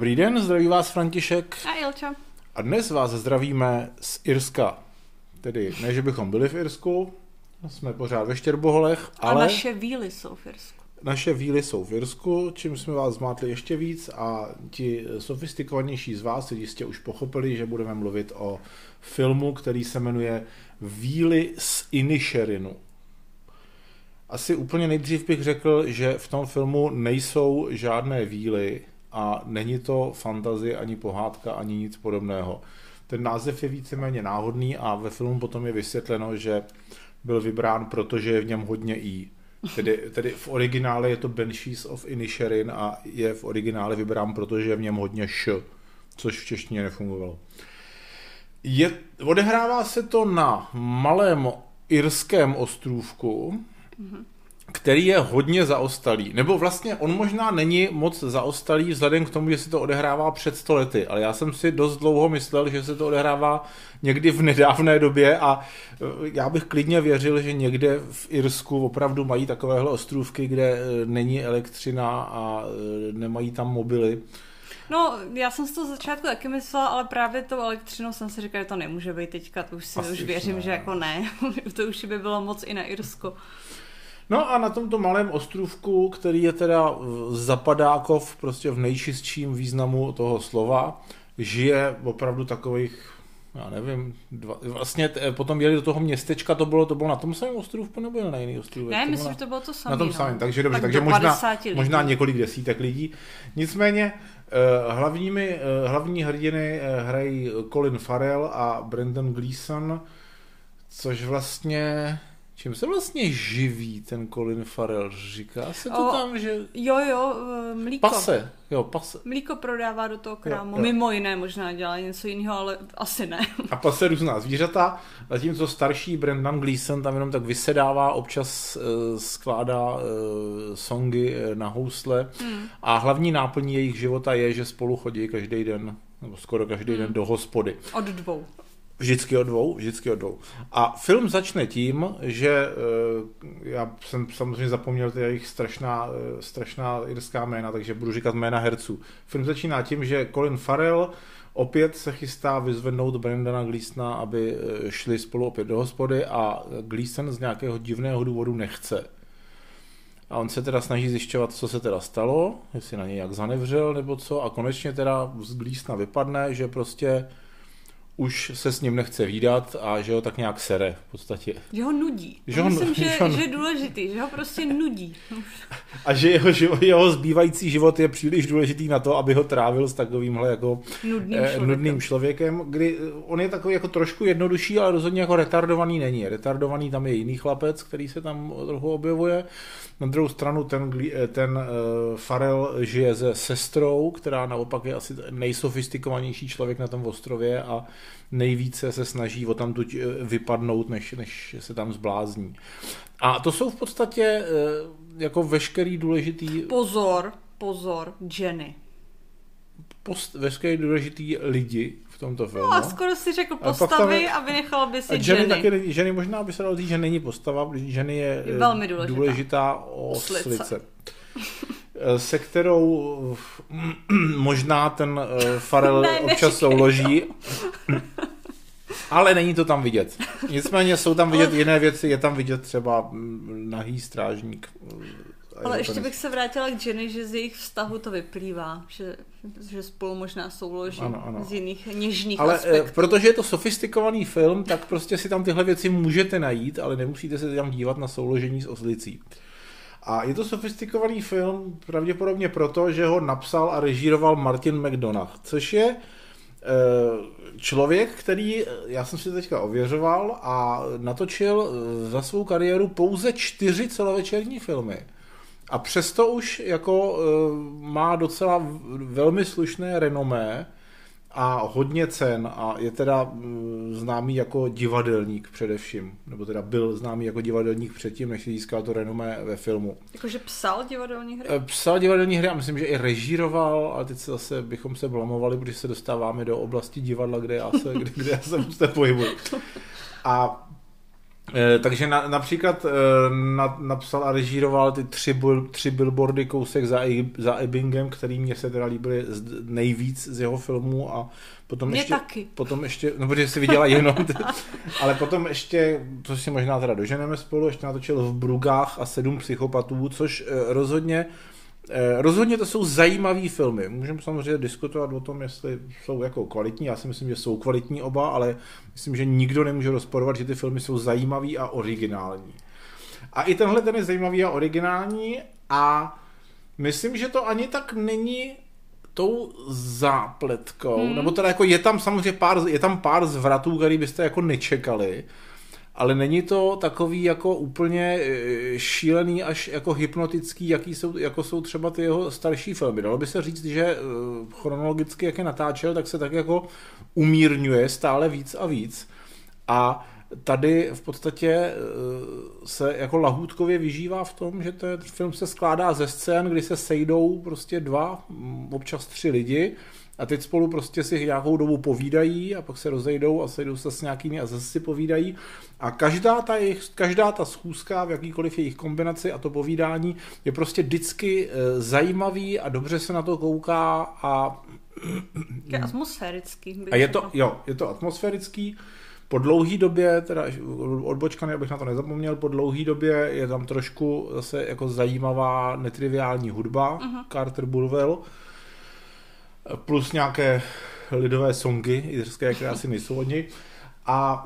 Dobrý den, zdraví vás František. A Ilča. A dnes vás zdravíme z Irska. Tedy ne, že bychom byli v Irsku, jsme pořád ve Štěrboholech, ale... A naše víly jsou v Irsku. Naše víly jsou v Irsku, čím jsme vás zmátli ještě víc a ti sofistikovanější z vás jistě už pochopili, že budeme mluvit o filmu, který se jmenuje Víly z Inisherinu. Asi úplně nejdřív bych řekl, že v tom filmu nejsou žádné víly a není to fantazie, ani pohádka, ani nic podobného. Ten název je víceméně náhodný a ve filmu potom je vysvětleno, že byl vybrán, protože je v něm hodně i. Tedy v originále je to Banshees of Inisherin a je v originále vybrán, protože je v něm hodně což v češtině nefungovalo. Odehrává se to na malém irském ostrůvku, který je hodně zaostalý. Nebo vlastně on možná není moc zaostalý vzhledem k tomu, že se to odehrává před 100 lety, ale já jsem si dost dlouho myslel, že se to odehrává někdy v nedávné době a já bych klidně věřil, že někde v Irsku opravdu mají takovéhle ostrůvky, kde není elektřina a nemají tam mobily. No, já jsem si to začátku taky myslela, ale právě tou elektřinou jsem si říkala, že to nemůže být teďka, to už věřím, že jako ne. To už by bylo moc i na Irsko. No a na tomto malém ostrůvku, který je teda zapadákov prostě v nejčistším významu toho slova, žije opravdu takových, já nevím, vlastně potom jeli do toho městečka, to bylo na tom samém ostrůvku nebo na jiný ostrůvek? Ne, myslím, že to bylo to samé. Na tom samém, takže dobře, tak takže možná několik desítek lidí. Nicméně hlavní hrdiny hrají Colin Farrell a Brendan Gleeson, což vlastně... Čím se vlastně živí ten Colin Farrell? Říká se to tam, že... Jo, mlíko. Pase. Mlíko prodává do toho krámu. Jo. Mimo jiné možná dělá něco jiného, ale asi ne. A pase různá zvířata, zatímco starší Brendan Gleeson tam jenom tak vysedává, občas skládá songy na housle a hlavní náplní jejich života je, že spolu chodí každý den, nebo skoro každý den do hospody. Od 2. Vždycky od dvou. A film začne tím, že já jsem samozřejmě zapomněl ty jejich strašná irská jména, takže budu říkat jména herců. Film začíná tím, že Colin Farrell opět se chystá vyzvednout Brendana Gleesona, aby šli spolu opět do hospody a Gleeson z nějakého divného důvodu nechce. A on se teda snaží zjišťovat, co se teda stalo, jestli na něj jak zanevřel nebo co a konečně teda z Gleesona vypadne, že prostě už se s ním nechce vídat a že ho tak nějak sere v podstatě. Že ho nudí. Myslím, že je důležitý, že ho prostě nudí. A že jeho zbývající život je příliš důležitý na to, aby ho trávil s takovýmhle jako nudným člověkem, kdy on je takový jako trošku jednodušší, ale rozhodně jako retardovaný není. Retardovaný tam je jiný chlapec, který se tam trochu objevuje. Na druhou stranu ten Farrell žije se sestrou, která naopak je asi nejsofistikovanější člověk na tom ostrově a nejvíce se snaží o tamtud vypadnout, než se tam zblázní. A to jsou v podstatě jako veškerý důležitý... Pozor, Jenny. Veškerý důležitý lidi v tomto filmu. No a skoro si řekl postavy a vynechal by si Jenny. Jenny možná by se dalo říct, že není postava, Jenny je velmi důležitá oslice. Se kterou možná ten Farrell občas souloží, ale není to tam vidět. Nicméně jsou tam vidět jiné věci, je tam vidět třeba nahý strážník. Ale ještě bych se vrátila k Jenny, že z jejich vztahu to vyplývá, že spolu možná souloží z jiných něžných aspektů. Ale protože je to sofistikovaný film, tak prostě si tam tyhle věci můžete najít, ale nemusíte se tam dívat na souložení s oslicí. A je to sofistikovaný film pravděpodobně proto, že ho napsal a režíroval Martin McDonagh, což je člověk, který, já jsem si teďka ověřoval a natočil za svou kariéru pouze 4 celovečerní filmy. A přesto už jako má docela velmi slušné renomé a hodně cen a je teda známý jako divadelník především, nebo teda byl známý jako divadelník předtím, než si získal to renomé ve filmu. Jakože psal divadelní hry? Psal divadelní hry a myslím, že i režíroval, ale teď zase bychom se blamovali, protože se dostáváme do oblasti divadla, kde já se prostě pohybuji. A Takže například napsal a režíroval ty tři billboardy kousek za Ebbingem, který mě se teda líbily nejvíc z jeho filmů a potom ještě, no protože si viděla jenom, ale potom ještě, což si možná teda doženeme spolu, ještě natočil V Brugách a 7 psychopatů, což rozhodně to jsou zajímavý filmy. Můžeme samozřejmě diskutovat o tom, jestli jsou jako kvalitní. Já si myslím, že jsou kvalitní oba, ale myslím, že nikdo nemůže rozporovat, že ty filmy jsou zajímavý a originální. A i tenhle ten je zajímavý a originální a myslím, že to ani tak není tou zápletkou, nebo teda jako je tam samozřejmě pár zvratů, který byste jako nečekali, ale není to takový jako úplně šílený až jako hypnotický, jako jsou třeba ty jeho starší filmy. Dalo by se říct, že chronologicky, jak je natáčel, tak se tak jako umírňuje stále víc a víc. A tady v podstatě se jako lahůdkově vyžívá v tom, že ten film se skládá ze scén, kdy se sejdou prostě 2, občas 3 lidi a teď spolu prostě si nějakou dobu povídají a pak se rozejdou a sejdou se s nějakými a zase si povídají a každá ta schůzka v jakýkoliv jejich kombinaci a to povídání je prostě vždycky zajímavý a dobře se na to kouká a je atmosférický. A je to atmosférický. Po dlouhý době, teda odbočkaný, abych na to nezapomněl, po dlouhý době je tam trošku zase jako zajímavá netriviální hudba, Carter Burwell, plus nějaké lidové songy jizerské, které asi nejsou od něj. A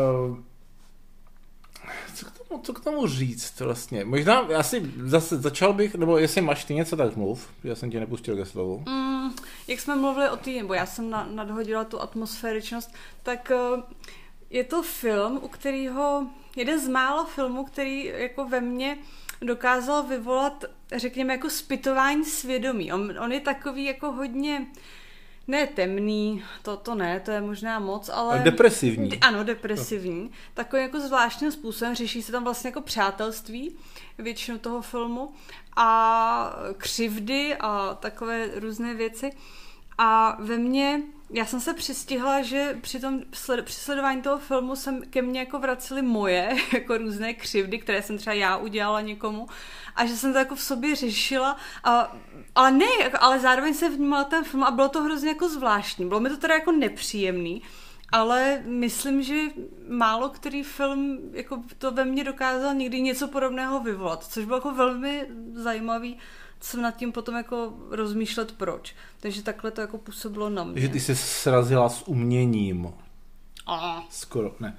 co k tomu říct vlastně? Možná asi zase začal bych, nebo jestli máš ty něco, tak mluv, já jsem tě nepustil ke slovu. Jak jsme mluvili o té, nebo já jsem nadhodila tu atmosféričnost, tak je to film, u kterého jeden z mála filmů, který jako ve mně dokázal vyvolat, řekněme, jako zpytování svědomí. On je takový jako hodně, ne temný, to ne, to je možná moc, ale... Depresivní. Ano, depresivní. No. Takový jako zvláštním způsobem, řeší se tam vlastně jako přátelství většinu toho filmu a křivdy a takové různé věci. A ve mně, já jsem se přistihla, že při sledování toho filmu jsem ke mně jako vracely moje jako různé křivdy, které jsem třeba já udělala někomu a že jsem to jako v sobě řešila, ale zároveň jsem vnímala ten film a bylo to hrozně jako zvláštní. Bylo mi to teda jako nepříjemný, ale myslím, že málo který film jako to ve mně dokázal někdy něco podobného vyvolat, což bylo jako velmi zajímavý, jsem nad tím potom jako rozmýšlet proč. Takže takhle to jako působilo na mě. Že ty jsi srazila s uměním. Skoro, ne.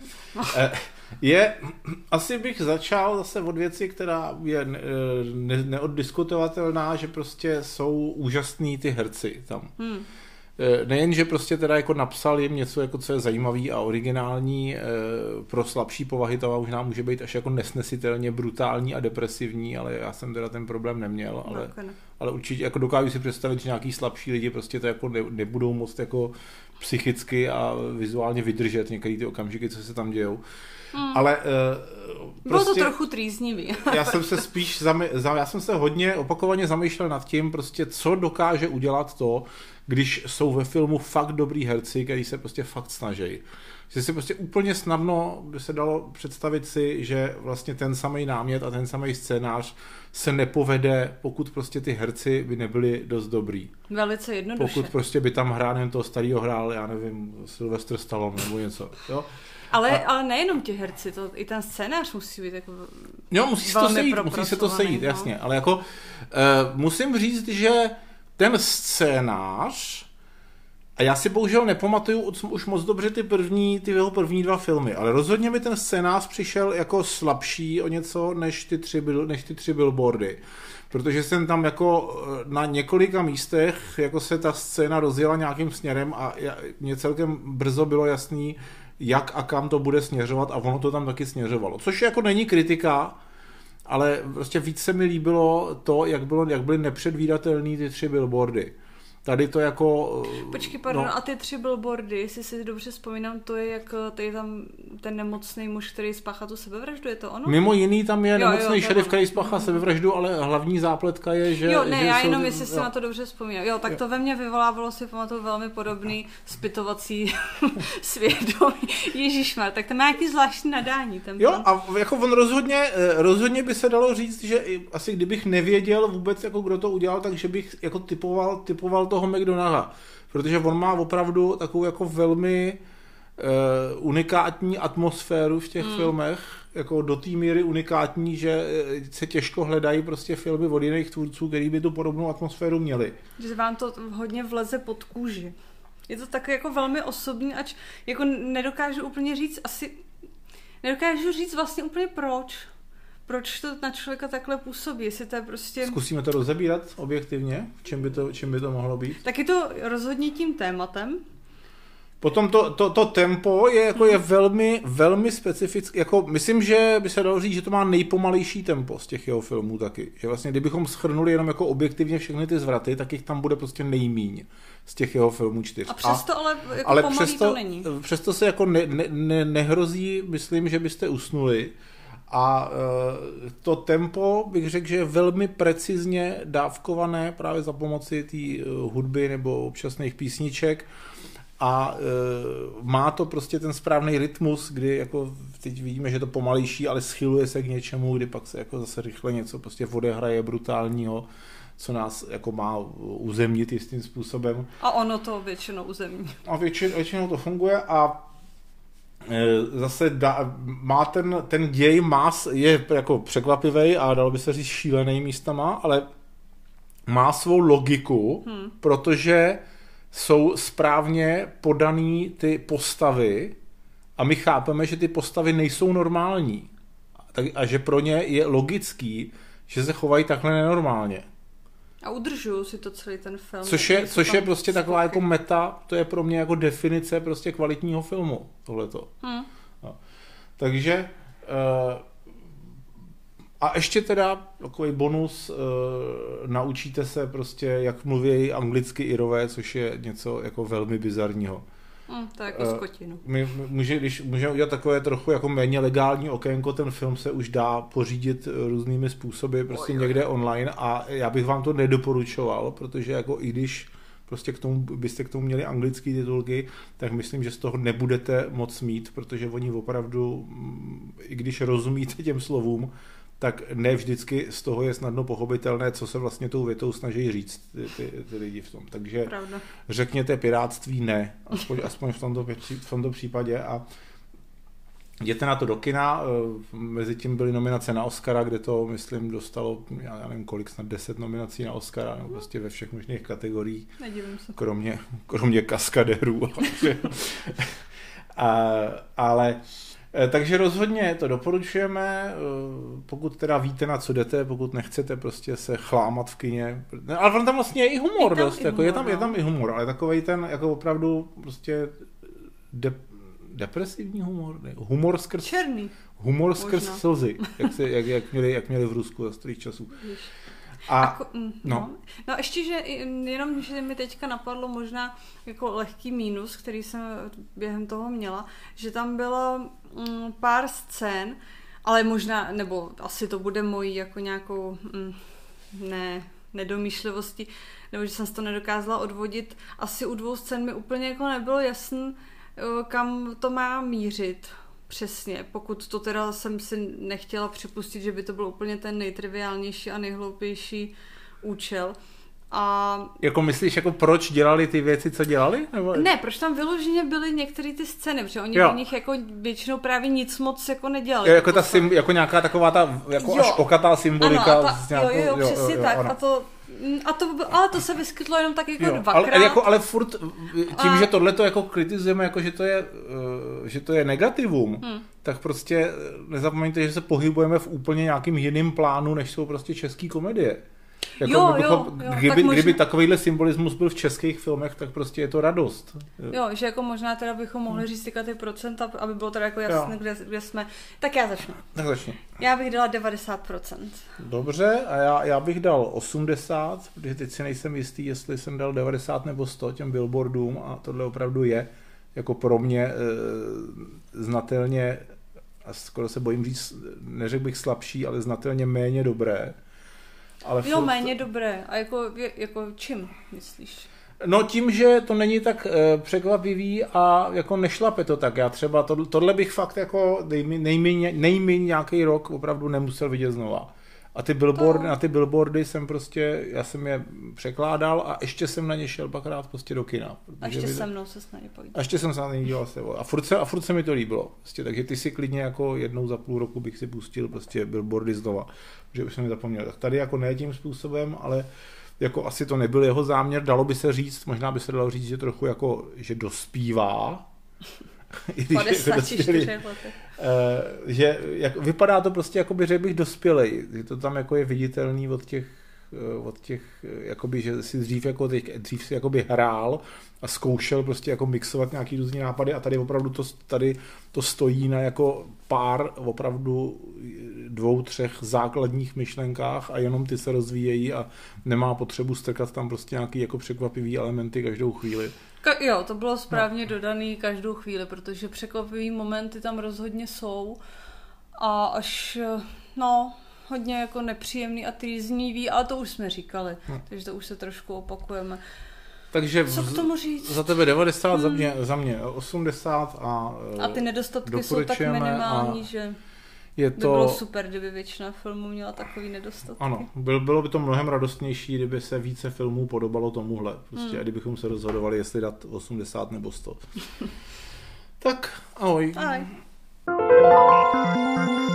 Asi bych začal zase od věci, která je neoddiskutovatelná, že prostě jsou úžasný ty herci tam. Nejen, že prostě teda jako napsal jim něco, jako co je zajímavý a originální, pro slabší povahy to možná může být až jako nesnesitelně brutální a depresivní, ale já jsem teda ten problém neměl, ale určitě jako dokážu si představit, že nějaký slabší lidi prostě to jako nebudou moc jako psychicky a vizuálně vydržet některé ty okamžiky, co se tam dějou. Ale bylo to trochu trýznivý. Já jsem se hodně opakovaně zamýšlel nad tím, prostě co dokáže udělat to, když jsou ve filmu fakt dobrý herci, kteří se prostě fakt snaží. Že si prostě úplně snadno by se dalo představit si, že vlastně ten samý námět a ten samý scénář se nepovede, pokud prostě ty herci by nebyli dost dobrý. Velice jednoduše. Pokud prostě by tam hrál toho starýho hrál, já nevím, Sylvester Stallone nebo něco. Jo? Ale nejenom ti herci, i ten scénář musí být jako musí se to sejít, jasně. Ale jako musím říct, že ten scénář, a já si bohužel nepamatuju už moc dobře ty jeho první 2 filmy, ale rozhodně mi ten scénář přišel jako slabší o něco než ty 3 billboardy. Protože jsem tam jako na několika místech jako se ta scéna rozjela nějakým směrem a mně celkem brzo bylo jasný, jak a kam to bude směřovat a ono to tam taky směřovalo. Což jako není kritika, ale prostě víc se mi líbilo to, jak byly nepředvídatelný ty 3 billboardy. Tady to jako... Počkej, pardon, a ty 3 billboardy, jestli si dobře vzpomínám, to je jak tady tam ten nemocný muž, který spáchá tu sebevraždu, je to ono? Mimo jiný tam je nemocný šerif, který spáchá sebevraždu, ale hlavní zápletka je, že... Jo, ne, já jenom jestli si na to dobře vzpomínám. Jo, tak to ve mně vyvolávalo, si pamatuju, velmi podobný zpytovací svědomí. Ježišmar, tak to má nějaký zvláštní nadání. Jo, a jako on rozhodně by se dalo říct, že asi kdybych nevěděl vůbec, jako kdo to udělal, takže bych jako typoval toho McDonagha. Protože on má opravdu takovou jako velmi unikátní atmosféru v těch filmech, jako do té míry unikátní, že se těžko hledají prostě filmy od jiných tvůrců, který by tu podobnou atmosféru měli. Že vám to hodně vleze pod kůži. Je to tak jako velmi osobní, ač jako nedokážu říct vlastně úplně proč to na člověka takhle působí, jestli to je prostě... Zkusíme to rozebírat objektivně, čím by to mohlo být? Tak je to rozhodně tím tématem. Potom to tempo je velmi, velmi specifické, jako myslím, že by se dalo říct, že to má nejpomalejší tempo z těch jeho filmů taky, že vlastně kdybychom shrnuli jenom jako objektivně všechny ty zvraty, tak jich tam bude prostě nejmíň z těch jeho filmů 4. A přesto ale pomalý to není. Přesto se jako nehrozí, myslím, že byste usnuli. A to tempo bych řekl, že je velmi precizně dávkované právě za pomoci té hudby nebo občasných písniček a má to prostě ten správný rytmus, kdy jako teď vidíme, že je to pomalejší, ale schyluje se k něčemu, kdy pak se jako zase rychle něco prostě odehraje brutálního, co nás jako má uzemnit jistým způsobem. A ono to většinou uzemní. A většinou to funguje a zase má ten děj je jako překvapivý a dalo by se říct šílený místama, ale má svou logiku, protože jsou správně podaný ty postavy a my chápeme, že ty postavy nejsou normální a že pro ně je logický, že se chovají takhle nenormálně. A udržuju si to celý ten film. Což je prostě taková jako meta, to je pro mě jako definice prostě kvalitního filmu, tohleto. No. Takže a ještě teda takový bonus, naučíte se prostě, jak mluví anglicky Irové, což je něco jako velmi bizarního. To je jako skotinu. Můžeme udělat takové trochu jako méně legální okénko, ten film se už dá pořídit různými způsoby, prostě někde online a já bych vám to nedoporučoval, protože jako i když prostě byste k tomu měli anglické titulky, tak myslím, že z toho nebudete moc mít, protože oni opravdu, i když rozumíte těm slovům, tak ne vždycky z toho je snadno pochopitelné, co se vlastně tou větou snaží říct ty lidi v tom. Takže řekněte piráctví ne, aspoň v tomto případě a jděte na to do kina, mezi tím byly nominace na Oscara, kde to, myslím, dostalo, já nevím kolik, snad 10 nominací na Oscara, nebo prostě ve všech možných kategoriích, kromě kaskadérů. Ale takže rozhodně to doporučujeme, pokud teda víte, na co jdete, pokud nechcete prostě se chlámat v kině. Ale tam vlastně je i humor dost, jako je tam i humor, ale takovej ten jako opravdu prostě depresivní humor, ne? Humor skrz slzy, jak měli v Rusku za starých časů. No ještě, že jenom, že mi teďka napadlo možná jako lehký mínus, který jsem během toho měla, že tam bylo pár scén, ale možná, nebo asi to bude mojí jako nějakou nedomýšlivosti, nebo že jsem si to nedokázala odvodit. Asi u 2 scén mi úplně jako nebylo jasný, kam to má mířit. Přesně, pokud to teda jsem si nechtěla připustit, že by to byl úplně ten nejtriviálnější a nejhloupější účel. A... Jako myslíš, jako proč dělali ty věci, co dělali? Nebo... Ne, proč tam vyloženě byly některé ty scény, protože oni v nich jako většinou právě nic moc jako nedělali. Jako, jako nějaká taková ta jako až okatá symbolika. Ano, přesně tak. Ale to se vyskytlo jenom tak jako dvakrát. Ale furt tím, že tohleto jako kritizujeme, jako že to je negativum, tak prostě nezapomeňte, že se pohybujeme v úplně nějakým jiným plánu, než jsou prostě český komedie. Jako kdyby takovýhle symbolismus byl v českých filmech, tak prostě je to radost. Jo, že jako možná teda bychom mohli říct ty procenta, aby bylo teda jako jasné, kde jsme. Tak já začnu. Tak začni. Já bych dala 90%. Dobře, a já bych dal 80, protože teď si nejsem jistý, jestli jsem dal 90 nebo 100 těm billboardům a tohle opravdu je jako pro mě znatelně, a skoro se bojím říct, neřekl bych slabší, ale znatelně méně dobré. Ale jo, méně dobré. A jako čím, myslíš? No tím, že to není tak překvapivý a jako nešlape to tak. Já třeba tohle bych fakt jako nejméně nějaký rok opravdu nemusel vidět znova. A ty billboardy jsem prostě, já jsem je překládal a ještě jsem na ně šel párkrát prostě do kina. A ještě se mnou se na ně podíval. A ještě jsem se na ně díval s tebou. A furt se mi to líbilo. Prostě, takže ty si klidně jako jednou za půl roku bych si pustil prostě billboardy znova. Že už jsem mi zapomněl. Tak tady jako ne tím způsobem, ale jako asi to nebyl jeho záměr, dalo by se říct, možná by se dalo říct, že trochu jako, že dospívá. 54 letech. Že vypadá to prostě, jako by řekl bych, dospělej. Že to tam jako je viditelný od těch jakoby, že si dřív si jakoby hrál a zkoušel prostě jako mixovat nějaký různý nápady a tady opravdu to stojí na jako pár opravdu 2-3 základních myšlenkách a jenom ty se rozvíjejí a nemá potřebu strkat tam prostě nějaký jako překvapivý elementy každou chvíli. Jo, to bylo správně dodaný každou chvíli, protože překvapivý momenty tam rozhodně jsou a až, hodně jako nepříjemný a trýznivý, ale to už jsme říkali, takže to už se trošku opakujeme. Takže co k tomu říct? Za tebe 90, za mě 80 a ty nedostatky jsou tak minimální, že by bylo super, kdyby většina filmů měla takový nedostatky. Ano, bylo by to mnohem radostnější, kdyby se více filmů podobalo tomuhle. Prostě, a kdybychom se rozhodovali, jestli dát 80 nebo 100. Tak, ahoj. Ahoj.